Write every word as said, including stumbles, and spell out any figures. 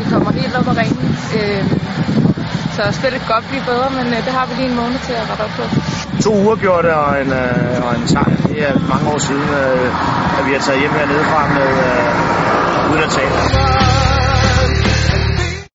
kommer helt op og ringe. Øh, så spillet kan godt blive bedre, men øh, det har vi lige en måned til at rette op på. To uafgjorte og en, øh, og en sejr. Det er mange år siden, øh, at vi har taget hjem hernede fra med øh, uden at tabe.